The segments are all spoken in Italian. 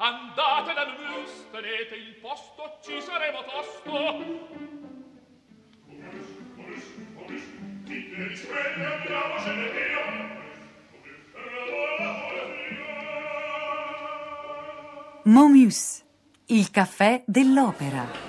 Andate dal mus, tenete il posto, ci saremo tosto. Momus, il caffè dell'opera.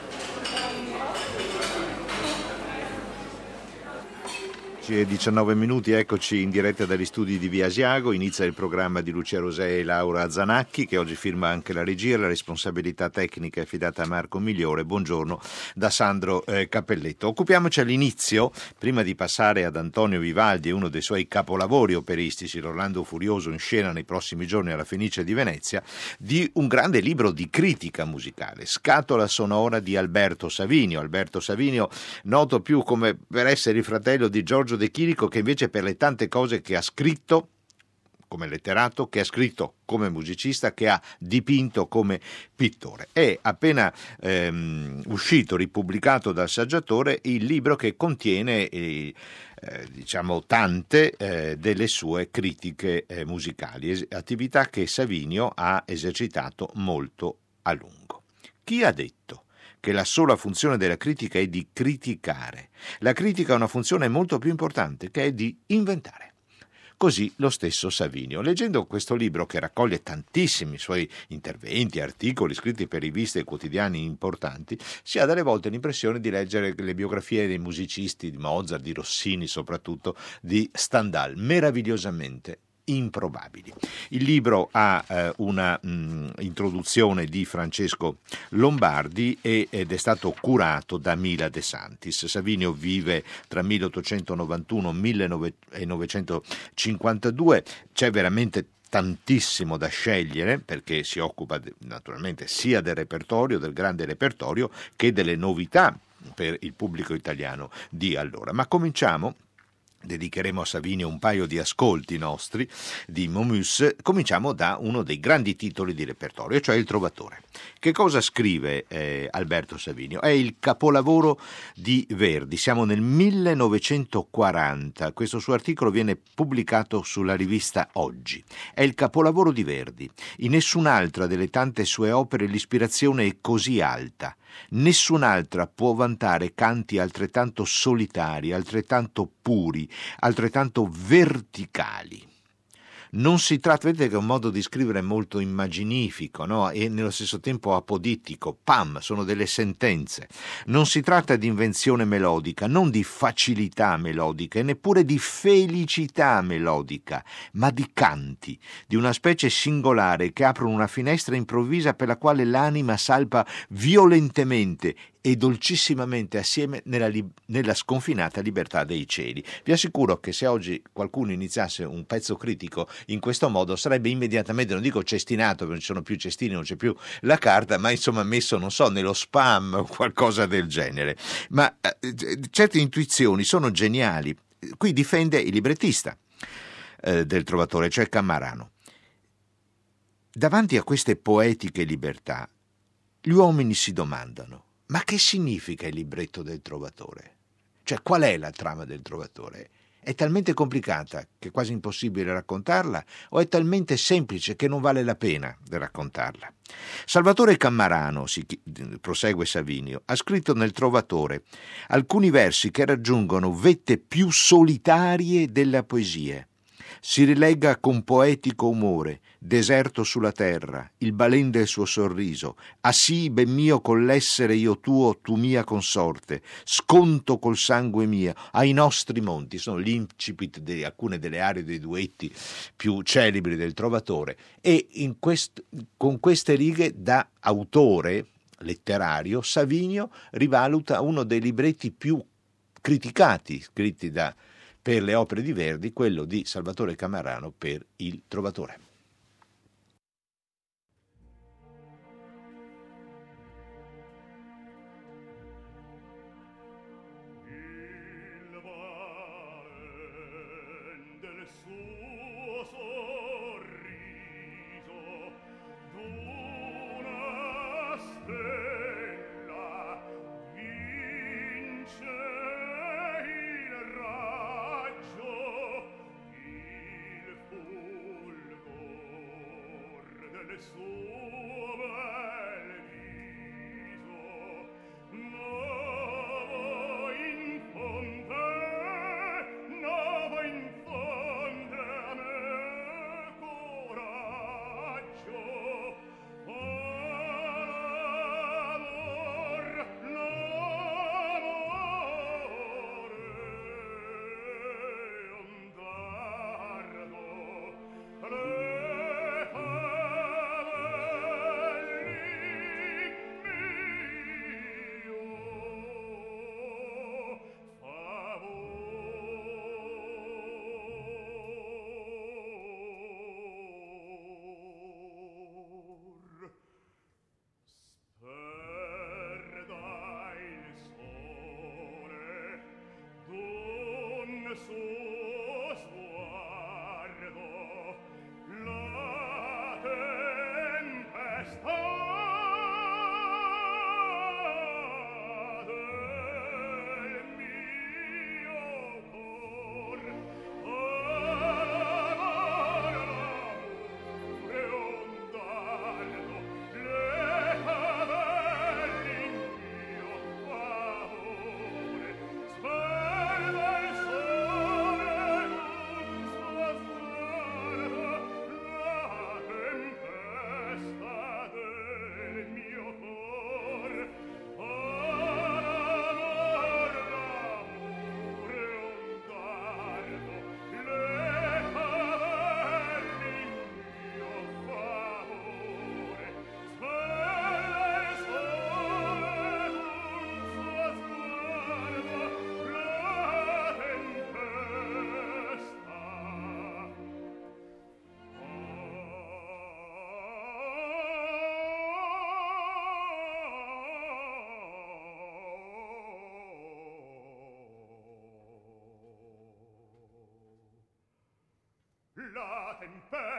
19 minuti, eccoci in diretta dagli studi di Via Asiago. Inizia il programma di Lucia Rosè e Laura Zanacchi, che oggi firma anche la regia. La responsabilità tecnica è affidata a Marco Migliore. Buongiorno da Sandro Cappelletto. Occupiamoci all'inizio, prima di passare ad Antonio Vivaldi e uno dei suoi capolavori operistici, l'Orlando Furioso, in scena nei prossimi giorni alla Fenice di Venezia, di un grande libro di critica musicale, Scatola sonora di Alberto Savinio. Alberto Savinio, noto più come per essere il fratello di Giorgio De Chirico, che invece per le tante cose che ha scritto come letterato, che ha scritto come musicista, che ha dipinto come pittore. È appena uscito, ripubblicato dal Saggiatore, il libro che contiene tante delle sue critiche musicali, attività che Savinio ha esercitato molto a lungo. Chi ha detto che la sola funzione della critica è di criticare? La critica ha una funzione molto più importante, che è di inventare. Così lo stesso Savinio. Leggendo questo libro, che raccoglie tantissimi suoi interventi, articoli scritti per riviste e quotidiani importanti, si ha delle volte l'impressione di leggere le biografie dei musicisti, di Mozart, di Rossini, soprattutto di Stendhal, meravigliosamente improbabili. Il libro ha una introduzione di Francesco Lombardi ed è stato curato da Mila De Santis. Savinio vive tra 1891 e 1952, c'è veramente tantissimo da scegliere, perché si occupa naturalmente sia del repertorio, del grande repertorio, che delle novità per il pubblico italiano di allora. Ma cominciamo. Dedicheremo a Savinio un paio di ascolti nostri di Momus. Cominciamo da uno dei grandi titoli di repertorio, cioè Il Trovatore. Che cosa scrive Alberto Savinio? È il capolavoro di Verdi. Siamo nel 1940. Questo suo articolo viene pubblicato sulla rivista Oggi. È il capolavoro di Verdi. In nessun'altra delle tante sue opere l'ispirazione è così alta. Nessun'altra può vantare canti altrettanto solitari, altrettanto puri, altrettanto verticali. Non si tratta, vedete che è un modo di scrivere molto immaginifico, no? E nello stesso tempo apodittico. Pam, sono delle sentenze. Non si tratta di invenzione melodica, non di facilità melodica e neppure di felicità melodica, ma di canti, di una specie singolare che aprono una finestra improvvisa per la quale l'anima salpa violentemente e dolcissimamente assieme nella sconfinata libertà dei cieli. Vi assicuro che se oggi qualcuno iniziasse un pezzo critico in questo modo sarebbe immediatamente, non dico cestinato perché non ci sono più cestini, non c'è più la carta, ma insomma messo, non so, nello spam o qualcosa del genere. Ma certe intuizioni sono geniali. Qui difende il librettista del Trovatore, cioè Cammarano. Davanti a queste poetiche libertà, gli uomini si domandano: ma che significa il libretto del Trovatore? Cioè, qual è la trama del Trovatore? È talmente complicata che è quasi impossibile raccontarla, o è talmente semplice che non vale la pena di raccontarla? Salvatore Cammarano, prosegue Savinio, ha scritto nel Trovatore alcuni versi che raggiungono vette più solitarie della poesia. Si rilegga con poetico umore, deserto sulla terra, il balen del suo sorriso, ah sì, ben mio con l'essere io tuo, tu mia consorte, sconto col sangue mio, ai nostri monti. Sono gli incipit di alcune delle aree dei duetti più celebri del Trovatore, e con queste righe da autore letterario Savinio rivaluta uno dei libretti più criticati scritti per le opere di Verdi, quello di Salvatore Cammarano per Il Trovatore. Suo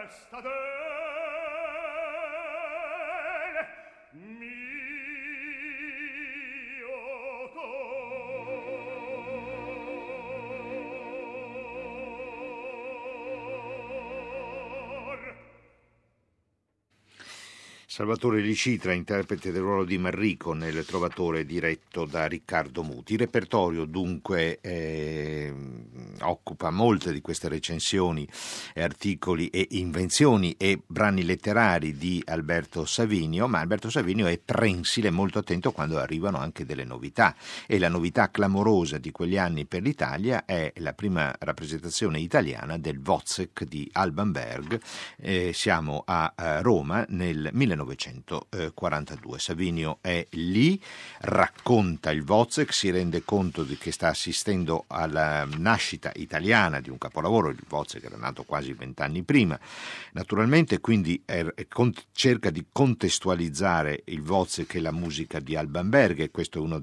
festa del mio cor. Salvatore Licitra, interprete del ruolo di Manrico nel Trovatore, diretto da Riccardo Muti. Il repertorio dunque occupa molte di queste recensioni, articoli e invenzioni e brani letterari di Alberto Savinio, ma Alberto Savinio è prensile, molto attento quando arrivano anche delle novità, e la novità clamorosa di quegli anni per l'Italia è la prima rappresentazione italiana del Wozzeck di Alban Berg. Siamo a Roma nel 1942. Savinio è lì, racconta il Wozzeck, si rende conto di che sta assistendo alla nascita italiana di un capolavoro. Il Wozzeck era nato quasi 20 anni prima, naturalmente, quindi cerca di contestualizzare il Wozzeck e la musica di Alban Berg, e questo è uno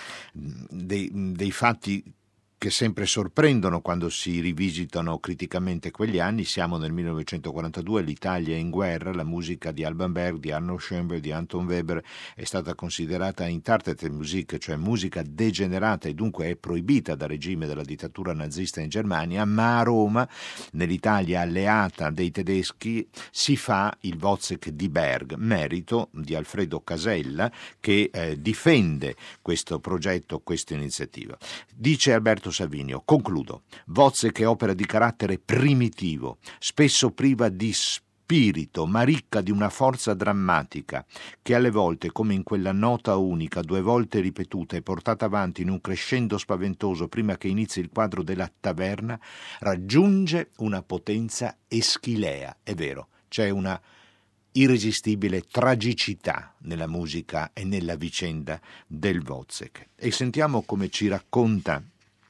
dei fatti che sempre sorprendono quando si rivisitano criticamente quegli anni. Siamo nel 1942, l'Italia è in guerra, la musica di Alban Berg, di Arno Schoenberg, di Anton Weber è stata considerata Entartete Musik, cioè musica degenerata, e dunque è proibita dal regime della dittatura nazista in Germania, ma a Roma, nell'Italia alleata dei tedeschi, si fa il Wozzeck di Berg, merito di Alfredo Casella, che difende questo progetto, questa iniziativa. Dice Alberto Savinio, concludo, Wozzeck è opera di carattere primitivo, spesso priva di spirito, ma ricca di una forza drammatica, che alle volte, come in quella nota unica, 2 volte ripetuta e portata avanti in un crescendo spaventoso prima che inizi il quadro della taverna, raggiunge una potenza eschilea. È vero, c'è una irresistibile tragicità nella musica e nella vicenda del Wozzeck. E sentiamo come ci racconta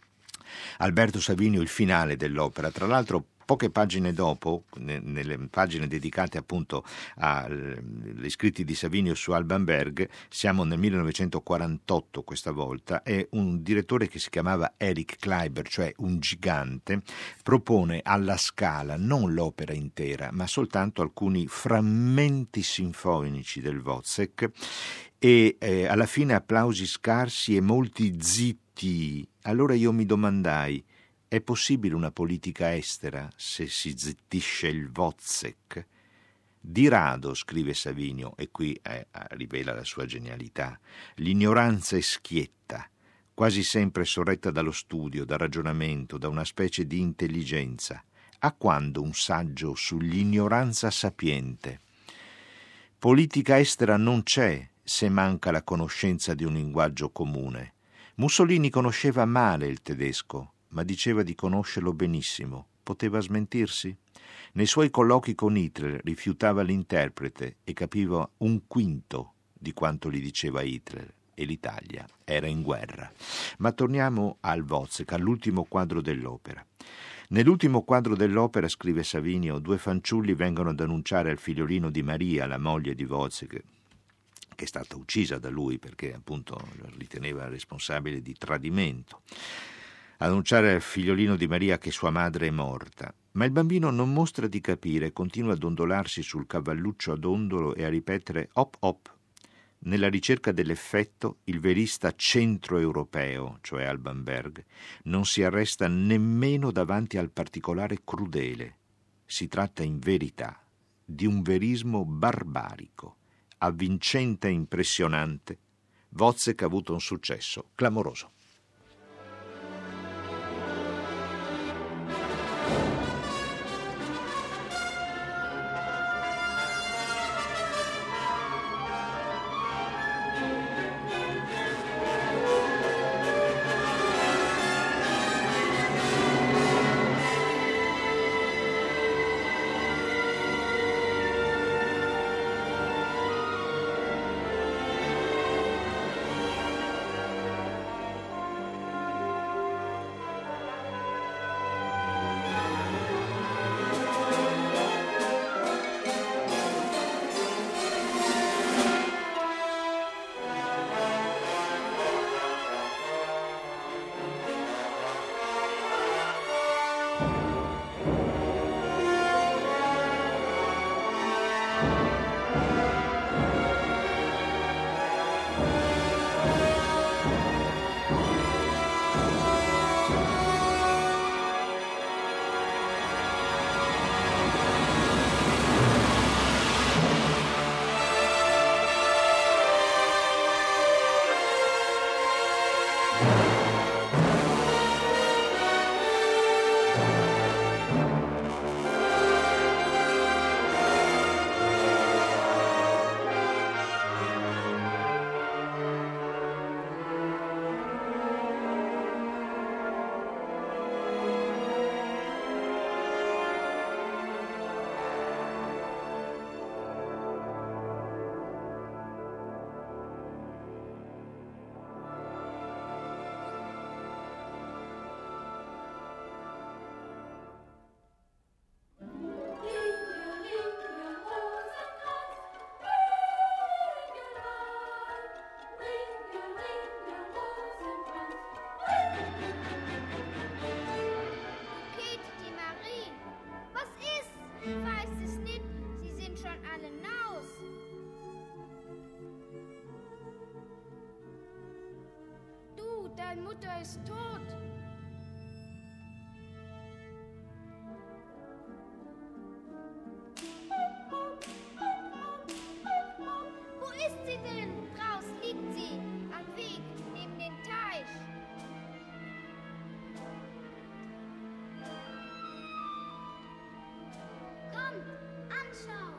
Alberto Savinio il finale dell'opera. Tra l'altro, poche pagine dopo, nelle pagine dedicate appunto agli scritti di Savinio su Alban Berg, siamo nel 1948 questa volta, e un direttore che si chiamava Erich Kleiber, cioè un gigante, propone alla Scala non l'opera intera, ma soltanto alcuni frammenti sinfonici del Wozzeck, e alla fine applausi scarsi e molti zitti. Allora io mi domandai, è possibile una politica estera se si zittisce il Wozzeck? Di rado, scrive Savinio, e qui rivela la sua genialità, l'ignoranza è schietta, quasi sempre sorretta dallo studio, dal ragionamento, da una specie di intelligenza. A quando un saggio sull'ignoranza sapiente? Politica estera non c'è se manca la conoscenza di un linguaggio comune. Mussolini conosceva male il tedesco, ma diceva di conoscerlo benissimo. Poteva smentirsi? Nei suoi colloqui con Hitler rifiutava l'interprete e capiva 1/5 di quanto gli diceva Hitler, e l'Italia era in guerra. Ma torniamo al Wozzeck, all'ultimo quadro dell'opera. Nell'ultimo quadro dell'opera, scrive Savinio, 2 fanciulli vengono ad annunciare al figliolino di Maria, la moglie di Wozzeck, che è stata uccisa da lui perché appunto riteneva responsabile di tradimento, annunciare al figliolino di Maria che sua madre è morta. Ma il bambino non mostra di capire, continua a dondolarsi sul cavalluccio a dondolo e a ripetere hop hop. Nella ricerca dell'effetto, il verista centroeuropeo, cioè Alban Berg, non si arresta nemmeno davanti al particolare crudele. Si tratta in verità di un verismo barbarico, avvincente e impressionante. Wozzeck ha avuto un successo clamoroso. Mutter ist tot. Wo ist sie denn? Draußen liegt sie, am Weg, neben dem Teich. Komm, anschauen.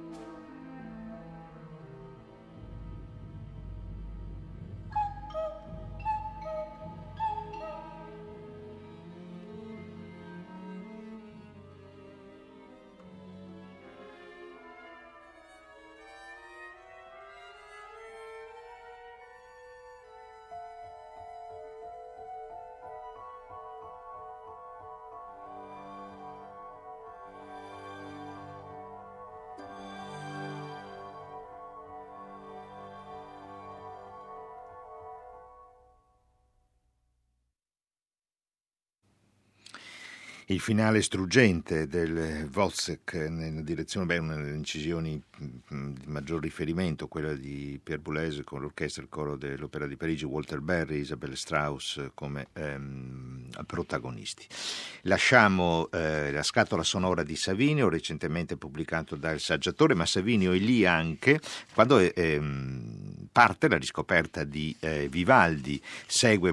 Il finale struggente del Wozzeck nella direzione, una delle incisioni di maggior riferimento, quella di Pierre Boulez con l'orchestra e il coro dell'Opera di Parigi, Walter Berry, Isabelle Strauss come protagonisti. Lasciamo la scatola sonora di Savinio, recentemente pubblicato da Il Saggiatore, ma Savinio è lì anche quando parte la riscoperta di Vivaldi, segue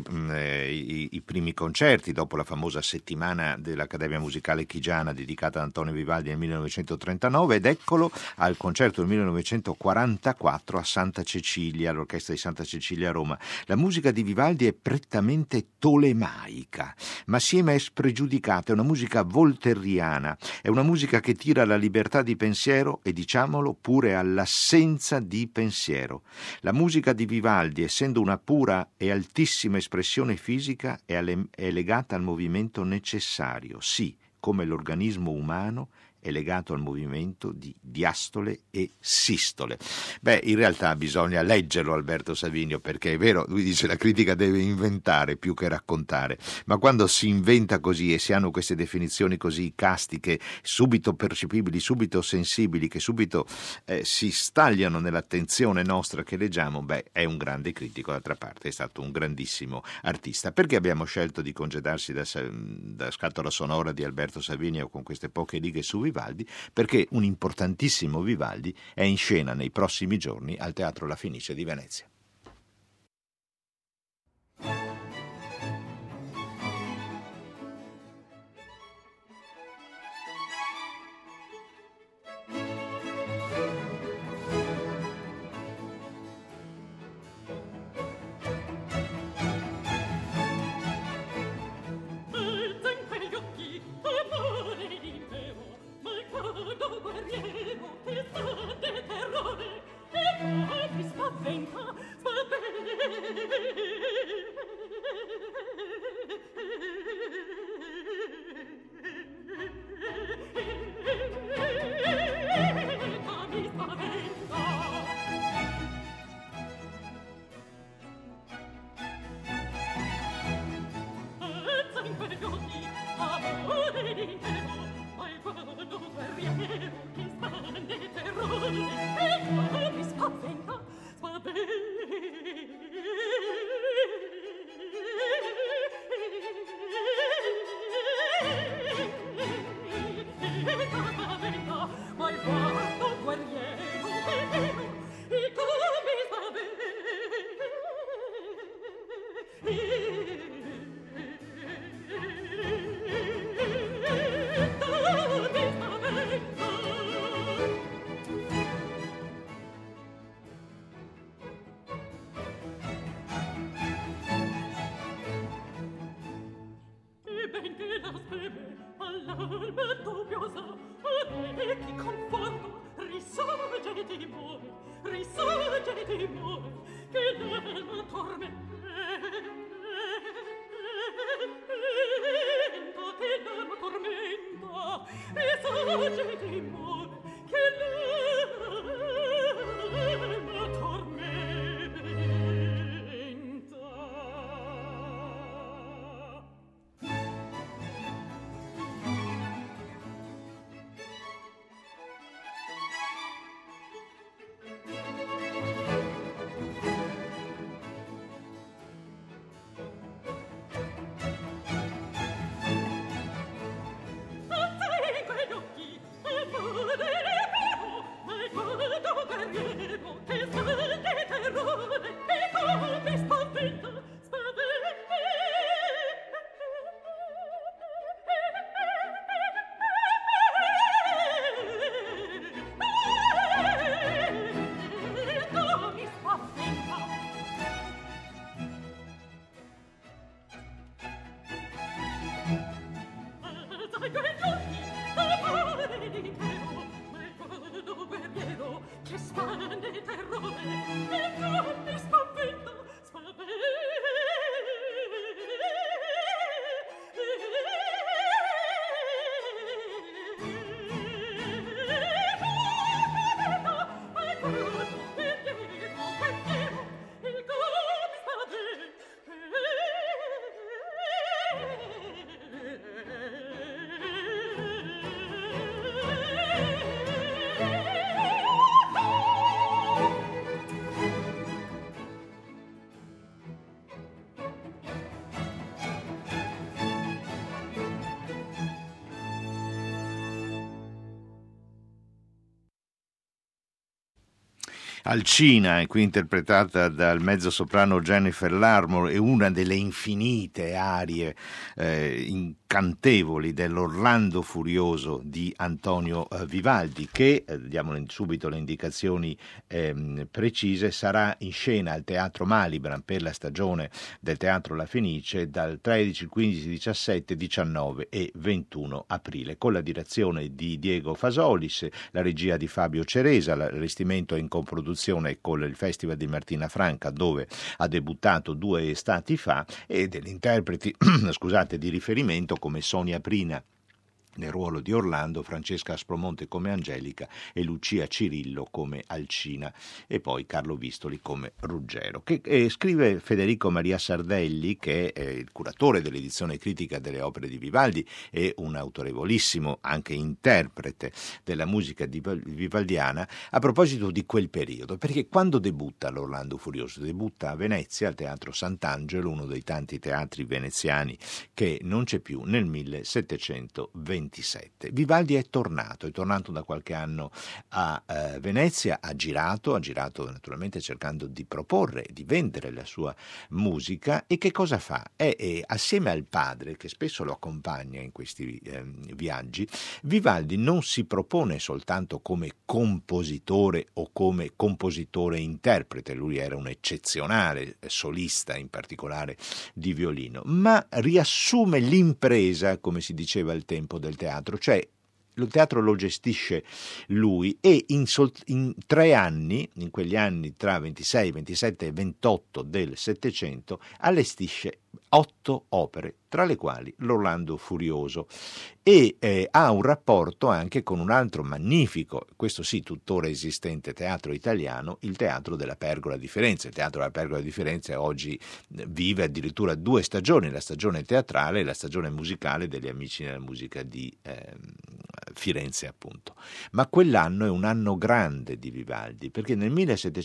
i primi concerti dopo la famosa settimana dell'Accademia Musicale Chigiana dedicata ad Antonio Vivaldi nel 1939, ed eccolo al concerto del 1944 a Santa Cecilia, all'Orchestra di Santa Cecilia a Roma. La musica di Vivaldi è prettamente tolemaica, ma assieme è spregiudicata, è una musica volterriana, è una musica che tira alla libertà di pensiero e, diciamolo, pure all'assenza di pensiero. La musica di Vivaldi, essendo una pura e altissima espressione fisica, è legata al movimento necessario, sì, come l'organismo umano è legato al movimento di diastole e sistole. In realtà bisogna leggerlo Alberto Savinio, perché è vero, lui dice la critica deve inventare più che raccontare, ma quando si inventa così e si hanno queste definizioni così castiche, subito percepibili, subito sensibili, che subito si stagliano nell'attenzione nostra che leggiamo, è un grande critico. D'altra parte è stato un grandissimo artista. Perché abbiamo scelto di congedarsi da scatola sonora di Alberto Savinio con queste poche righe su Vivaldi? Perché un importantissimo Vivaldi è in scena nei prossimi giorni al Teatro La Fenice di Venezia. Alcina, qui interpretata dal mezzosoprano Jennifer Larmore, è una delle infinite arie incantevoli dell'Orlando Furioso di Antonio Vivaldi, che, diamo subito le indicazioni precise, sarà in scena al Teatro Malibran per la stagione del Teatro La Fenice dal 13, 15, 17, 19 e 21 aprile, con la direzione di Diego Fasolis, la regia di Fabio Ceresa. L'allestimento è in coproduzione con il Festival di Martina Franca, dove ha debuttato 2 estati fa, e degli interpreti scusate, di riferimento come Sonia Prina nel ruolo di Orlando, Francesca Aspromonte come Angelica e Lucia Cirillo come Alcina, e poi Carlo Vistoli come Ruggero. Scrive Federico Maria Sardelli, che è il curatore dell'edizione critica delle opere di Vivaldi e un autorevolissimo anche interprete della musica vivaldiana, a proposito di quel periodo, perché quando debutta l'Orlando Furioso? Debutta a Venezia al Teatro Sant'Angelo, uno dei tanti teatri veneziani che non c'è più, nel 1727. Vivaldi è tornato da qualche anno a Venezia, ha girato naturalmente cercando di proporre, di vendere la sua musica, e che cosa fa? Assieme al padre, che spesso lo accompagna in questi viaggi, Vivaldi non si propone soltanto come compositore o come compositore-interprete, lui era un eccezionale solista, in particolare di violino, ma riassume l'impresa, come si diceva al tempo del teatro, cioè il teatro lo gestisce lui, e in 3 anni, in quegli anni tra 26, 27 e 28 del Settecento, allestisce 8 opere, tra le quali l'Orlando Furioso, e ha un rapporto anche con un altro magnifico, questo sì tuttora esistente, teatro italiano, il Teatro della Pergola di Firenze. Il Teatro della Pergola di Firenze oggi vive addirittura 2 stagioni, la stagione teatrale e la stagione musicale degli Amici della Musica di Firenze, appunto. Ma quell'anno è un anno grande di Vivaldi, perché nel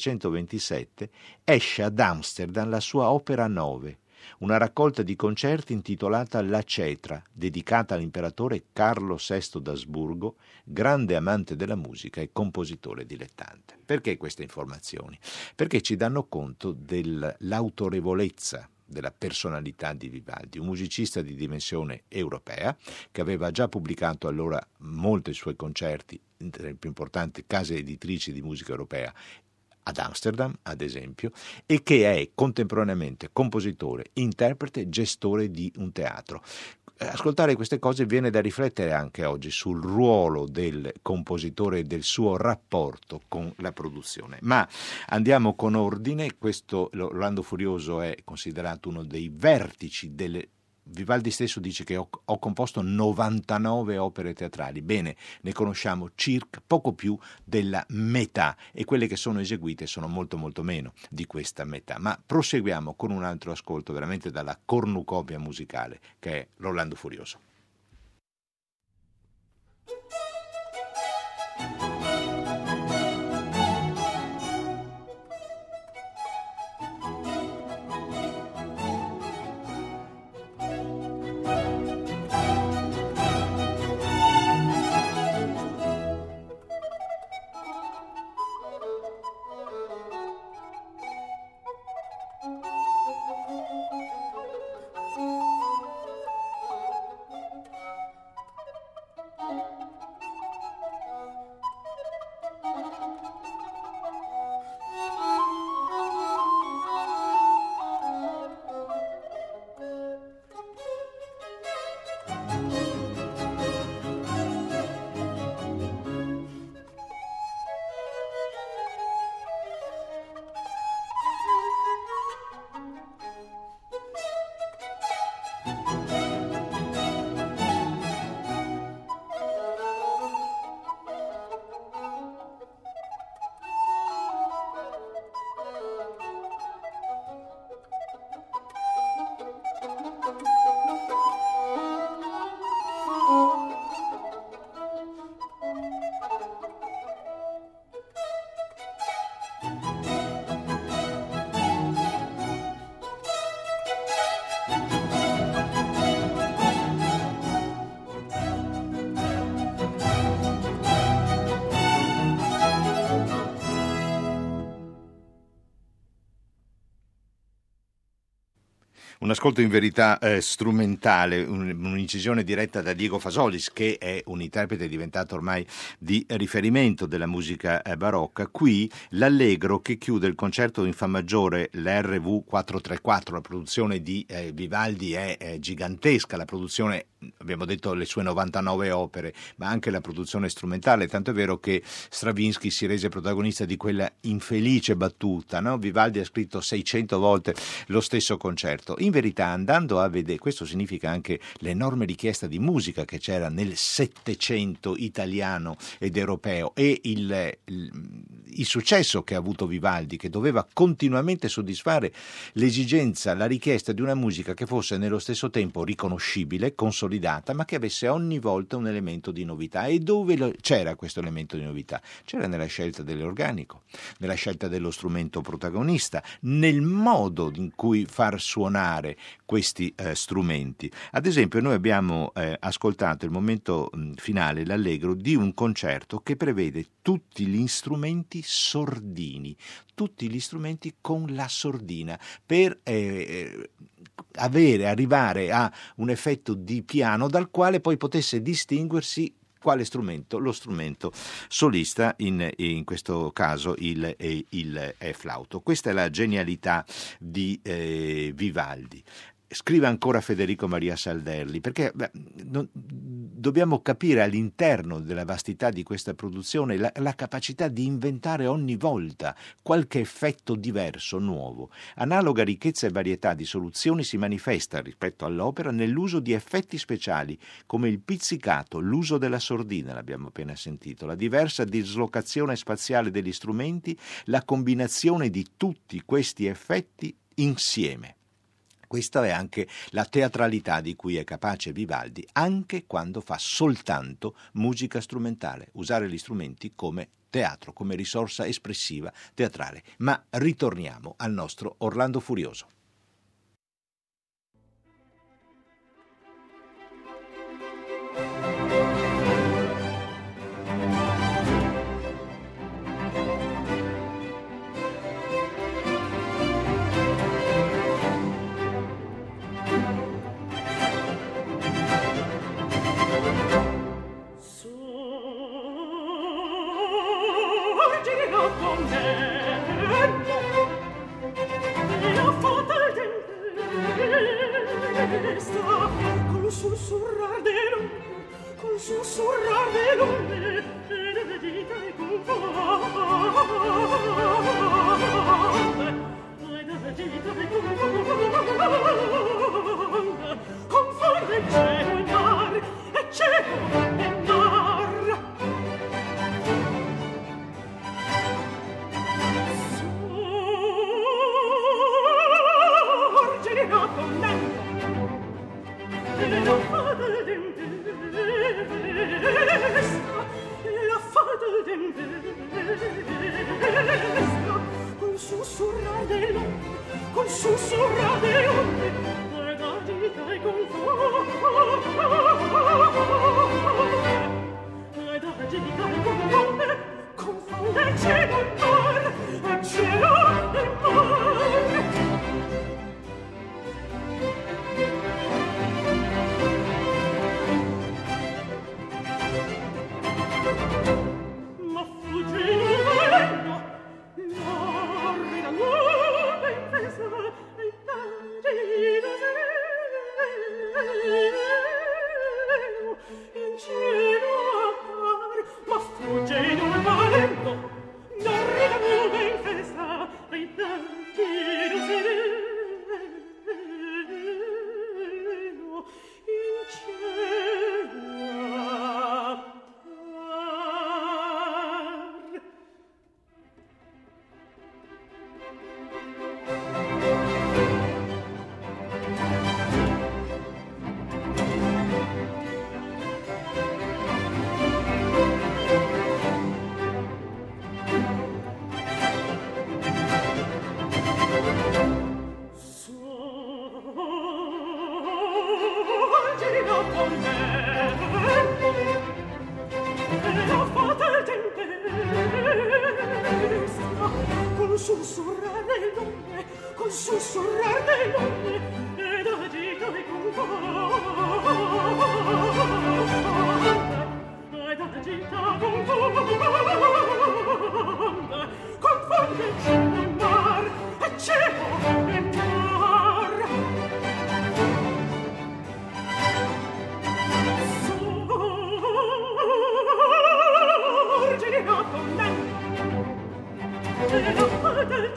1727 esce ad Amsterdam la sua opera 9, una raccolta di concerti intitolata La Cetra, dedicata all'imperatore Carlo VI d'Asburgo, grande amante della musica e compositore dilettante. Perché queste informazioni? Perché ci danno conto dell'autorevolezza, della personalità di Vivaldi, un musicista di dimensione europea che aveva già pubblicato allora molti suoi concerti nelle più importanti case editrici di musica europea ad Amsterdam, ad esempio, e che è contemporaneamente compositore, interprete, gestore di un teatro. Ascoltare queste cose viene da riflettere anche oggi sul ruolo del compositore e del suo rapporto con la produzione. Ma andiamo con ordine. Questo l'Orlando Furioso è considerato uno dei vertici delle... Vivaldi stesso dice che ho composto 99 opere teatrali. Bene, ne conosciamo circa poco più della metà, e quelle che sono eseguite sono molto molto meno di questa metà. Ma proseguiamo con un altro ascolto veramente dalla cornucopia musicale, che è l'Orlando Furioso. Un ascolto in verità strumentale, un'incisione diretta da Diego Fasolis, che è un interprete diventato ormai di riferimento della musica barocca. Qui l'allegro che chiude il concerto in fa maggiore, l'RV 434, la produzione di Vivaldi è gigantesca, la produzione, abbiamo detto le sue 99 opere, ma anche la produzione strumentale, tanto è vero che Stravinsky si rese protagonista di quella infelice battuta, no? Vivaldi ha scritto 600 volte lo stesso concerto. In verità, andando a vedere, questo significa anche l'enorme richiesta di musica che c'era nel Settecento italiano ed europeo, e il successo che ha avuto Vivaldi, che doveva continuamente soddisfare l'esigenza, la richiesta di una musica che fosse nello stesso tempo riconoscibile, consolidata, ma che avesse ogni volta un elemento di novità. E dove c'era questo elemento di novità? C'era nella scelta dell'organico, nella scelta dello strumento protagonista, nel modo in cui far suonare questi strumenti. Ad esempio, noi abbiamo ascoltato il momento finale, l'allegro di un concerto che prevede tutti gli strumenti sordini, tutti gli strumenti con la sordina, per arrivare a un effetto di piano dal quale poi potesse distinguersi quale strumento? Lo strumento solista, in questo caso il flauto. Questa è la genialità di Vivaldi. Scrive ancora Federico Maria Salderli, perché dobbiamo capire all'interno della vastità di questa produzione la capacità di inventare ogni volta qualche effetto diverso, nuovo. Analoga ricchezza e varietà di soluzioni si manifesta rispetto all'opera nell'uso di effetti speciali, come il pizzicato, l'uso della sordina, l'abbiamo appena sentito, la diversa dislocazione spaziale degli strumenti, la combinazione di tutti questi effetti insieme. Questa è anche la teatralità di cui è capace Vivaldi, anche quando fa soltanto musica strumentale, usare gli strumenti come teatro, come risorsa espressiva teatrale. Ma ritorniamo al nostro Orlando Furioso. Sussurro sussurrar del donne, col sussurrar del donne, ed agito e confonde, ed agita confonde cielo e mar, e cielo e mar. Sorge di notte un e la fata del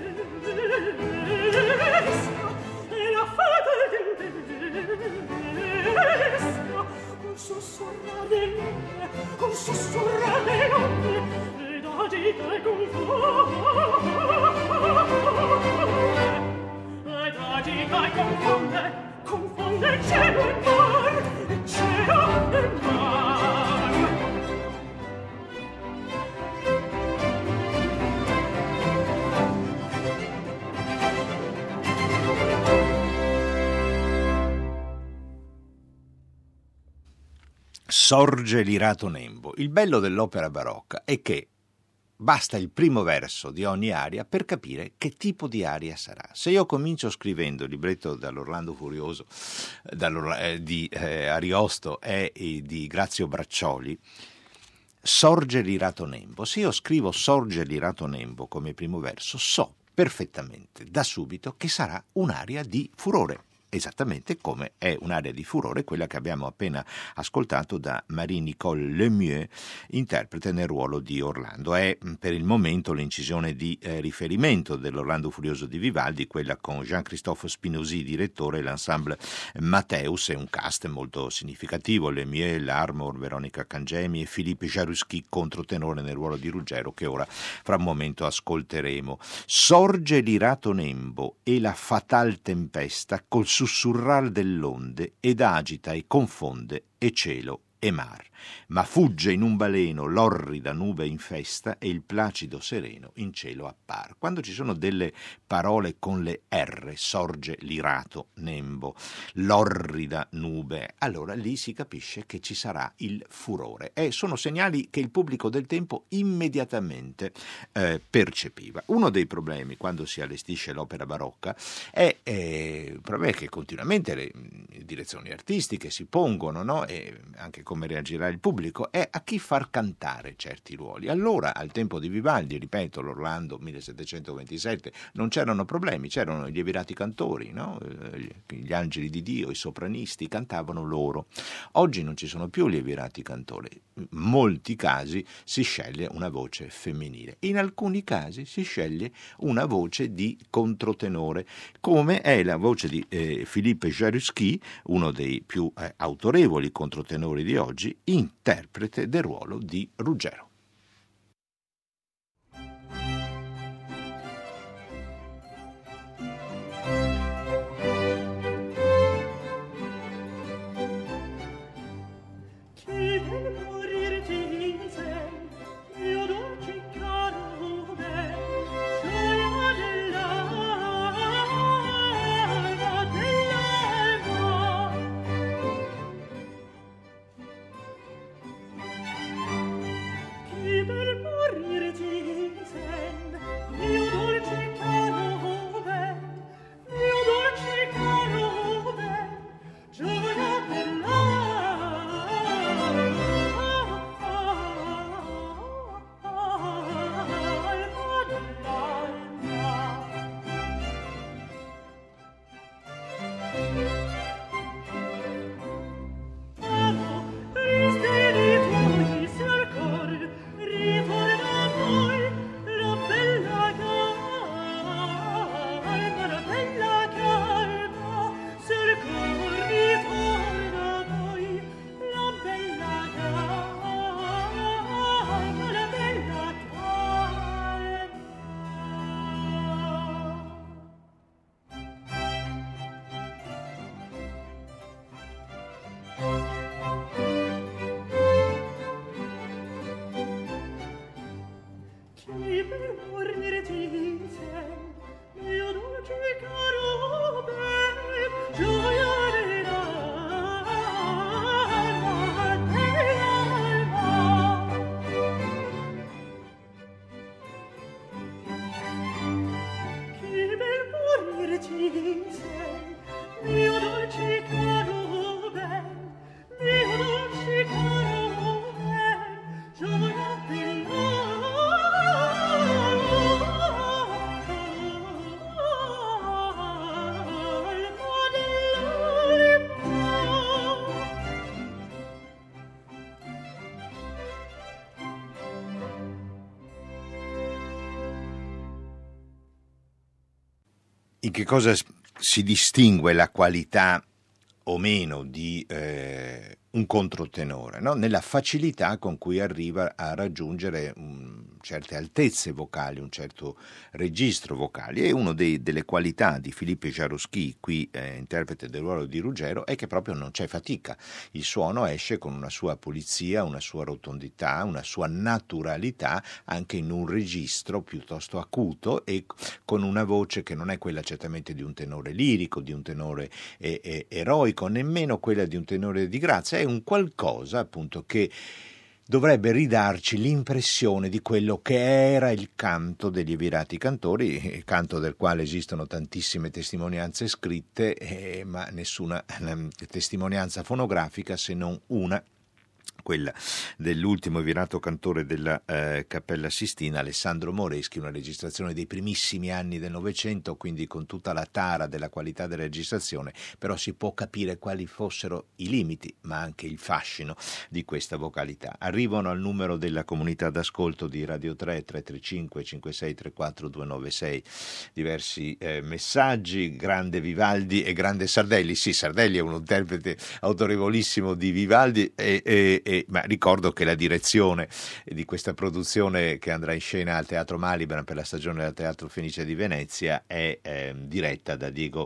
tempesta, e la fata del tempesta, un sussurrare l'onde, un sussurrare l'onde, ed agita e confonde, confonde cielo e mar, e cielo e mar. Sorge l'irato nembo. Il bello dell'opera barocca è che basta il primo verso di ogni aria per capire che tipo di aria sarà. Se io comincio scrivendo il libretto dall'Orlando Furioso di Ariosto e di Grazio Braccioli, Sorge l'irato nembo. Se io scrivo Sorge l'irato nembo come primo verso, so perfettamente da subito che sarà un'aria di furore. Esattamente come è un'aria di furore quella che abbiamo appena ascoltato da Marie-Nicole Lemieux, interprete nel ruolo di Orlando. È per il momento l'incisione di riferimento dell'Orlando Furioso di Vivaldi, quella con Jean-Christophe Spinozzi direttore e l'ensemble Matteus, è un cast molto significativo: Lemieux, Larmor, Veronica Cangemi e Philippe Jaruski controtenore nel ruolo di Ruggero, che ora fra un momento ascolteremo. Sorge l'irato nembo e la fatal tempesta col sussurrar dell'onde ed agita e confonde e cielo e mar, ma fugge in un baleno l'orrida nube in festa e il placido sereno in cielo appar. Quando ci sono delle parole con le R, sorge l'irato nembo, l'orrida nube, allora lì si capisce che ci sarà il furore, e sono segnali che il pubblico del tempo immediatamente percepiva. Uno dei problemi quando si allestisce l'opera barocca è il problema che continuamente le direzioni artistiche si pongono, no? E anche come reagirà il pubblico, è a chi far cantare certi ruoli. Allora, al tempo di Vivaldi, ripeto, l'Orlando 1727, non c'erano problemi, c'erano gli evirati cantori, no? Gli angeli di Dio, i sopranisti, cantavano loro. Oggi non ci sono più gli evirati cantori, in molti casi si sceglie una voce femminile, in alcuni casi si sceglie una voce di controtenore, come è la voce di Philippe Jaruski, uno dei più autorevoli controtenori di oggi, interprete del ruolo di Ruggero. In che cosa si distingue la qualità o meno di un controtenore, no? Nella facilità con cui arriva a raggiungere certe altezze vocali, un certo registro vocale. E una delle qualità di Philippe Jaroussky, qui interprete del ruolo di Ruggero, è che proprio non c'è fatica. Il suono esce con una sua pulizia, una sua rotondità, una sua naturalità, anche in un registro piuttosto acuto e con una voce che non è quella certamente di un tenore lirico, di un tenore eroico, nemmeno quella di un tenore di grazia. È un qualcosa appunto che dovrebbe ridarci l'impressione di quello che era il canto degli Evirati Cantori, canto del quale esistono tantissime testimonianze scritte, ma nessuna testimonianza fonografica, se non una, quella dell'ultimo Evirato Cantore della Cappella Sistina, Alessandro Moreschi, una registrazione dei primissimi anni del Novecento, quindi con tutta la tara della qualità della registrazione, però si può capire quali fossero i limiti, ma anche il fascino di questa vocalità. Arrivano al numero della comunità d'ascolto di Radio 3, 335 5634 296, diversi messaggi. Grande Vivaldi e grande Sardelli. Sì, Sardelli è un interprete autorevolissimo di Vivaldi ma ricordo che la direzione di questa produzione che andrà in scena al Teatro Malibran per la stagione del Teatro Fenice di Venezia è diretta da Diego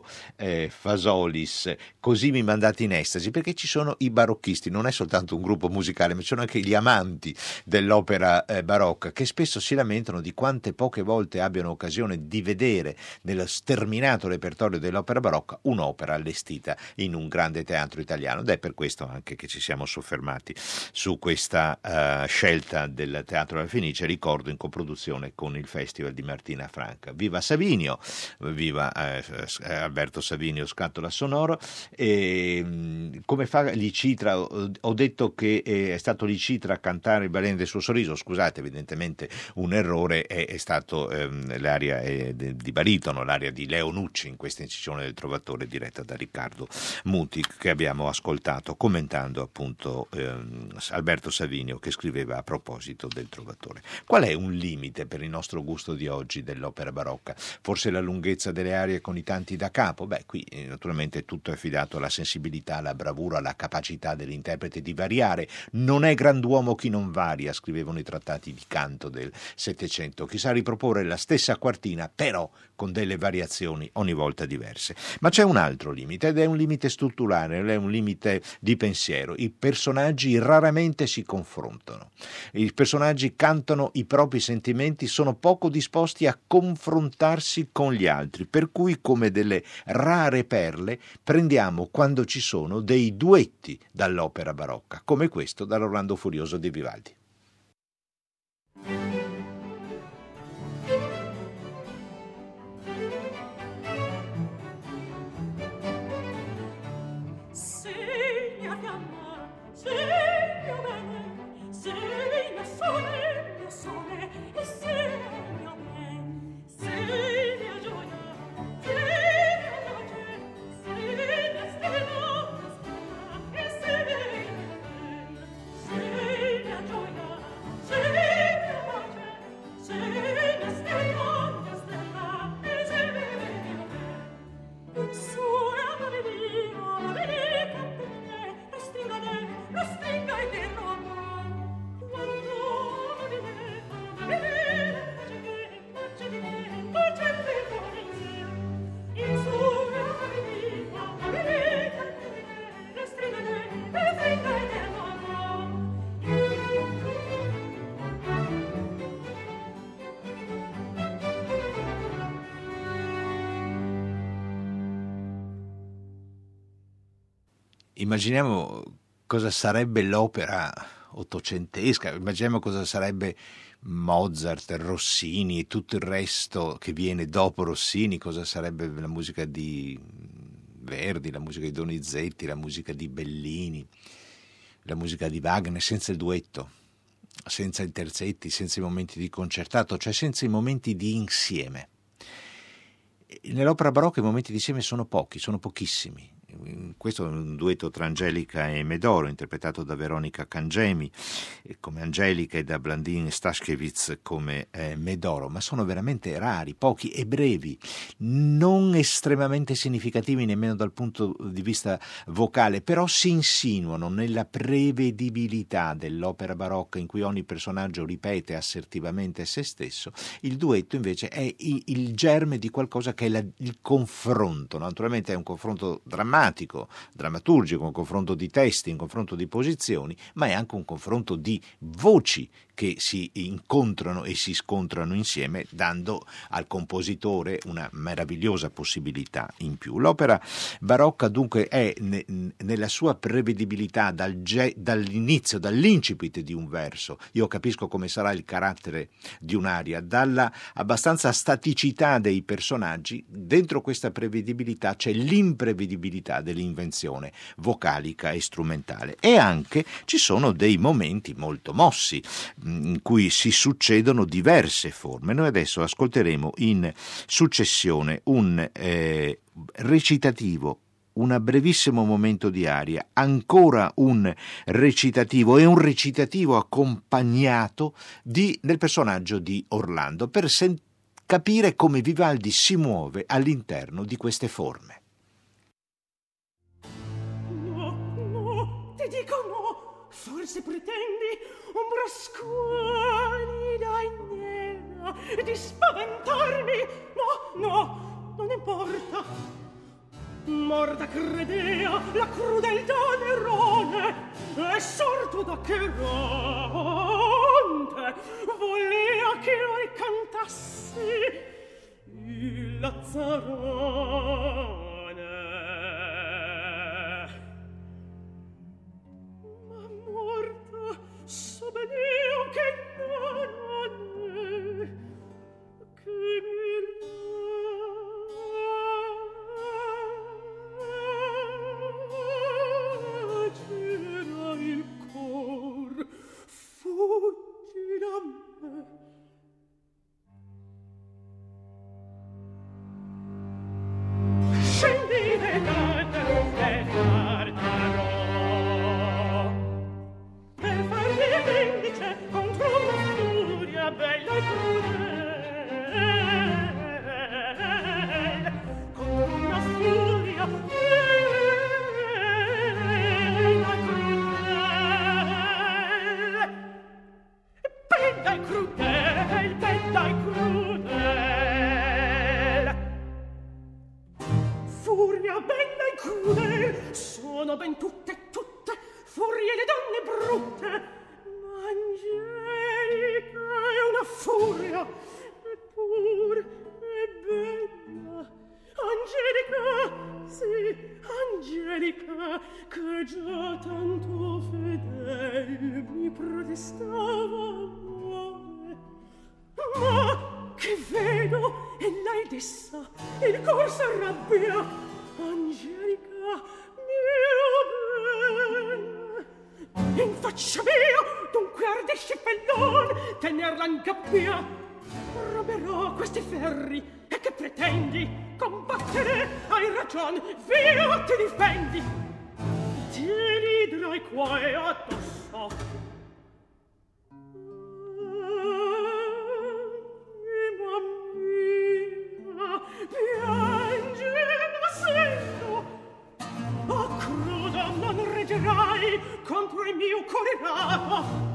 Fasolis. Così mi mandate in estasi, perché ci sono i barocchisti, non è soltanto un gruppo musicale, ma ci sono anche gli amanti dell'opera barocca, che spesso si lamentano di quante poche volte abbiano occasione di vedere nello sterminato repertorio dell'opera barocca un'opera allestita in un grande teatro italiano, ed è per questo anche che ci siamo soffermati su questa scelta del Teatro della Fenice, ricordo in coproduzione con il Festival di Martina Franca. Viva Savinio, viva Alberto Savinio, Scatola Sonoro. Come fa Licitra? Ho detto che è stato Licitra a cantare Il baleno del suo sorriso, scusate, evidentemente un errore, è stato l'aria di baritono, l'aria di Leo Nucci in questa incisione del Trovatore diretta da Riccardo Muti, che abbiamo ascoltato commentando appunto Alberto Savinio, che scriveva a proposito del Trovatore. Qual è un limite per il nostro gusto di oggi dell'opera barocca? Forse la lunghezza delle arie con i tanti da capo? Beh, qui naturalmente tutto è affidato alla sensibilità, alla bravura, alla capacità dell'interprete di variare. Non è grand'uomo chi non varia, scrivevano i trattati di canto del Settecento. Chi sa riproporre la stessa quartina, però con delle variazioni ogni volta diverse. Ma c'è un altro limite, ed è un limite strutturale, è un limite di pensiero. I personaggi raramente si confrontano. I personaggi cantano i propri sentimenti, sono poco disposti a confrontarsi con gli altri, per cui come delle rare perle prendiamo quando ci sono dei duetti dall'opera barocca, come questo dall'Orlando Furioso di Vivaldi. Immaginiamo cosa sarebbe l'opera ottocentesca, immaginiamo cosa sarebbe Mozart, Rossini e tutto il resto che viene dopo Rossini, cosa sarebbe la musica di Verdi, la musica di Donizetti, la musica di Bellini, la musica di Wagner, senza il duetto, senza i terzetti, senza i momenti di concertato, cioè senza i momenti di insieme. Nell'opera barocca i momenti di insieme sono pochi, sono pochissimi. Questo è un duetto tra Angelica e Medoro, interpretato da Veronica Cangemi come Angelica e da Blandine Stashkevitz come Medoro, ma sono veramente rari, pochi e brevi, non estremamente significativi nemmeno dal punto di vista vocale, però si insinuano nella prevedibilità dell'opera barocca in cui ogni personaggio ripete assertivamente se stesso. Il duetto invece è il germe di qualcosa che è il confronto. Naturalmente è un confronto drammatico, drammaturgico, un confronto di testi, un confronto di posizioni, ma è anche un confronto di voci che si incontrano e si scontrano insieme, dando al compositore una meravigliosa possibilità in più. L'opera barocca dunque è nella sua prevedibilità dall'inizio, dall'incipit di un verso. Io capisco come sarà il carattere di un'aria, dalla abbastanza staticità dei personaggi. Dentro questa prevedibilità c'è l'imprevedibilità dell'invenzione vocalica e strumentale, e anche ci sono dei momenti molto mossi in cui si succedono diverse forme. Noi adesso ascolteremo in successione un recitativo, un brevissimo momento di aria, ancora un recitativo e un recitativo accompagnato del personaggio di Orlando, per capire come Vivaldi si muove all'interno di queste forme. No, ti dico no, forse pretendi ombra squalida e nera di spaventarmi. No, non importa. Morda credea la crudeltà Nerone, è sorto da Cheronte, volea che io cantassi il Lazzarone. Ma morta so ben io che non è che mi il cor, fuggi da me. Scendi e guarderò per farmi vendice contro una furia bella e crudele, contro una furia bella e crudel. Furia bella e crudel sono ben tutte furie le donne brutte, ma Angelica è una furia, eppur è bella. Angelica, sì, Angelica, che già tanto fedel mi protestava amore. Ma che vedo, e lei dessa il cor s'arrabbia. Angelica, mio ben, in faccia mia dunque ardisce fellon tenerla in gabbia. Roberò questi ferri, e che pretendi? Combattere, hai ragion, via ti difendi. Ti ridrai qua e addosso. Anima mia, piange, ma sento. Oh, cruda, non reggerai contro il mio cuore nato.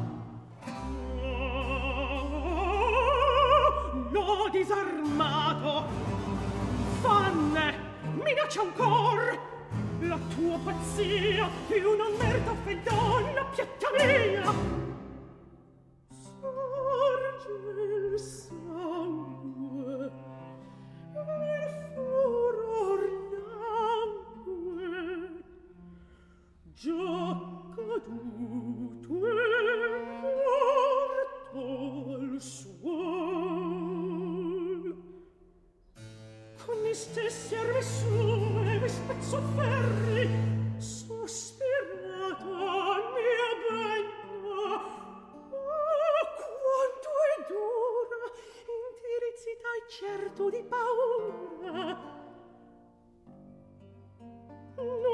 L'ho disarmato. Fanne, minaccia ancor. La tua pazzia più non merita fedon, pietta mia. Sorge il sangue, il furor nacque, già caduto e morto al suol. Con gli stessi armi sue mi spezzo ferri, sospirata mia bella. Oh, quanto è dura, indirizzita e certo di paura.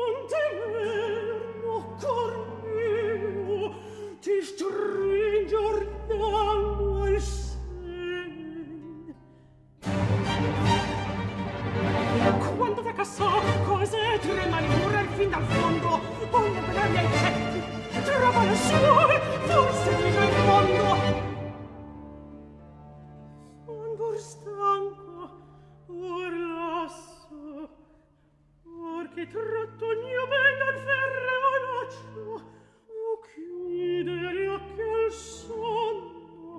ben dal fondo, ogni bravi ai petti, trova le suore, forse vive il mondo. Son pur stanco, or lasso, or che tratto il mio ben dal ferreo laccio, o chiudere occhi al sonno.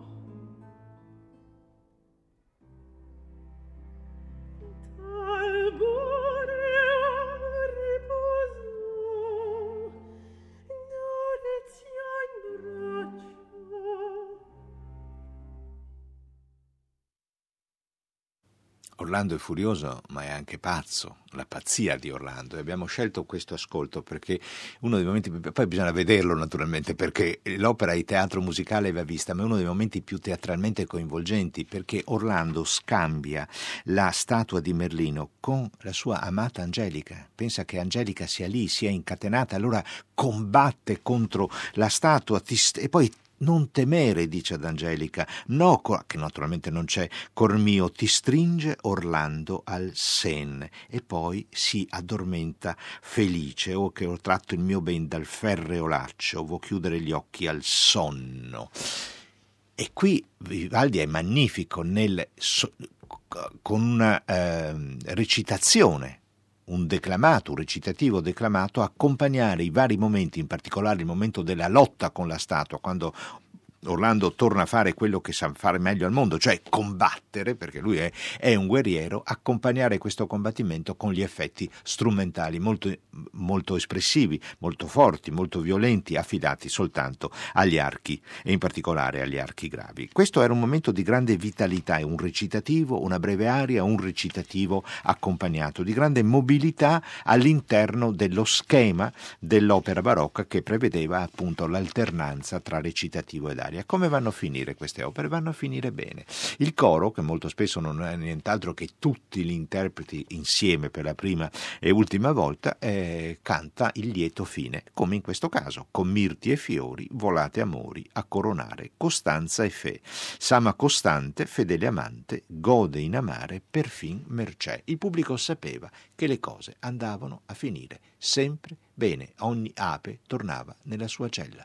Orlando è furioso, ma è anche pazzo, la pazzia di Orlando, e abbiamo scelto questo ascolto perché uno dei momenti, poi bisogna vederlo naturalmente, perché l'opera di teatro musicale va vista, ma è uno dei momenti più teatralmente coinvolgenti, perché Orlando scambia la statua di Merlino con la sua amata Angelica, pensa che Angelica sia lì, sia incatenata, allora combatte contro la statua e poi non temere, dice ad Angelica, no, che naturalmente non c'è, cor mio, ti stringe Orlando al sen, e poi si addormenta felice, o che ho tratto il mio ben dal ferreo laccio, vo chiudere gli occhi al sonno. E qui Vivaldi è magnifico con una recitazione, un recitativo declamato, accompagnare i vari momenti, in particolare il momento della lotta con la statua, quando Orlando torna a fare quello che sa fare meglio al mondo, cioè combattere, perché lui è un guerriero, accompagnare questo combattimento con gli effetti strumentali molto, molto espressivi, molto forti, molto violenti, affidati soltanto agli archi, e in particolare agli archi gravi. Questo era un momento di grande vitalità, un recitativo, una breve aria, un recitativo accompagnato, di grande mobilità all'interno dello schema dell'opera barocca, che prevedeva appunto l'alternanza tra recitativo ed aria. Come vanno a finire queste opere? Vanno a finire bene. Il coro, che molto spesso non è nient'altro che tutti gli interpreti insieme per la prima e ultima volta, canta il lieto fine, come in questo caso: con mirti e fiori volate amori a coronare Costanza e Fe. S'ama costante, fedele amante, gode in amare perfin mercè. Il pubblico sapeva che le cose andavano a finire sempre bene, ogni ape tornava nella sua cella.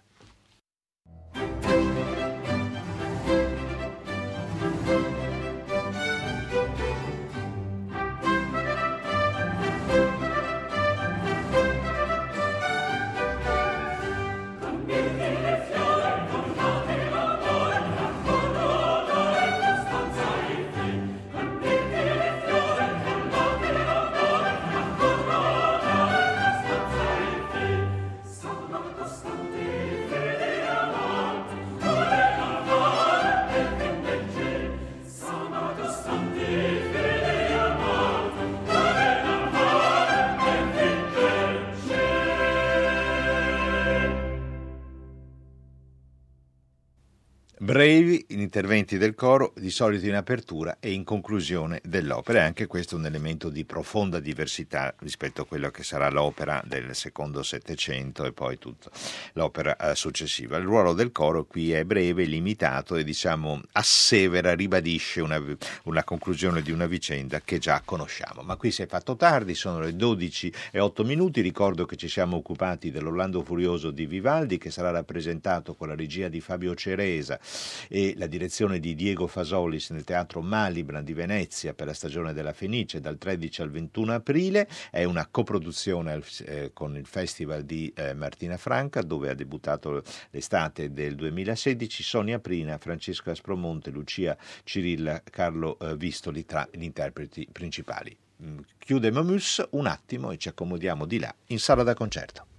Brevi gli interventi del coro, di solito in apertura e in conclusione dell'opera, e anche questo è un elemento di profonda diversità rispetto a quello che sarà l'opera del secondo Settecento e poi tutta l'opera successiva. Il ruolo del coro qui è breve, limitato e assevera, ribadisce una conclusione di una vicenda che già conosciamo. Ma qui si è fatto tardi, sono le 12:08. Ricordo che ci siamo occupati dell'Orlando Furioso di Vivaldi, che sarà rappresentato con la regia di Fabio Ceresa e la direzione di Diego Fasolis nel Teatro Malibran di Venezia per la stagione della Fenice dal 13 al 21 aprile. È una coproduzione con il Festival di Martina Franca, dove ha debuttato l'estate del 2016. Sonia Prina, Francesco Aspromonte, Lucia Cirilla, Carlo Vistoli tra gli interpreti principali. Chiude Momus un attimo e ci accomodiamo di là in sala da concerto.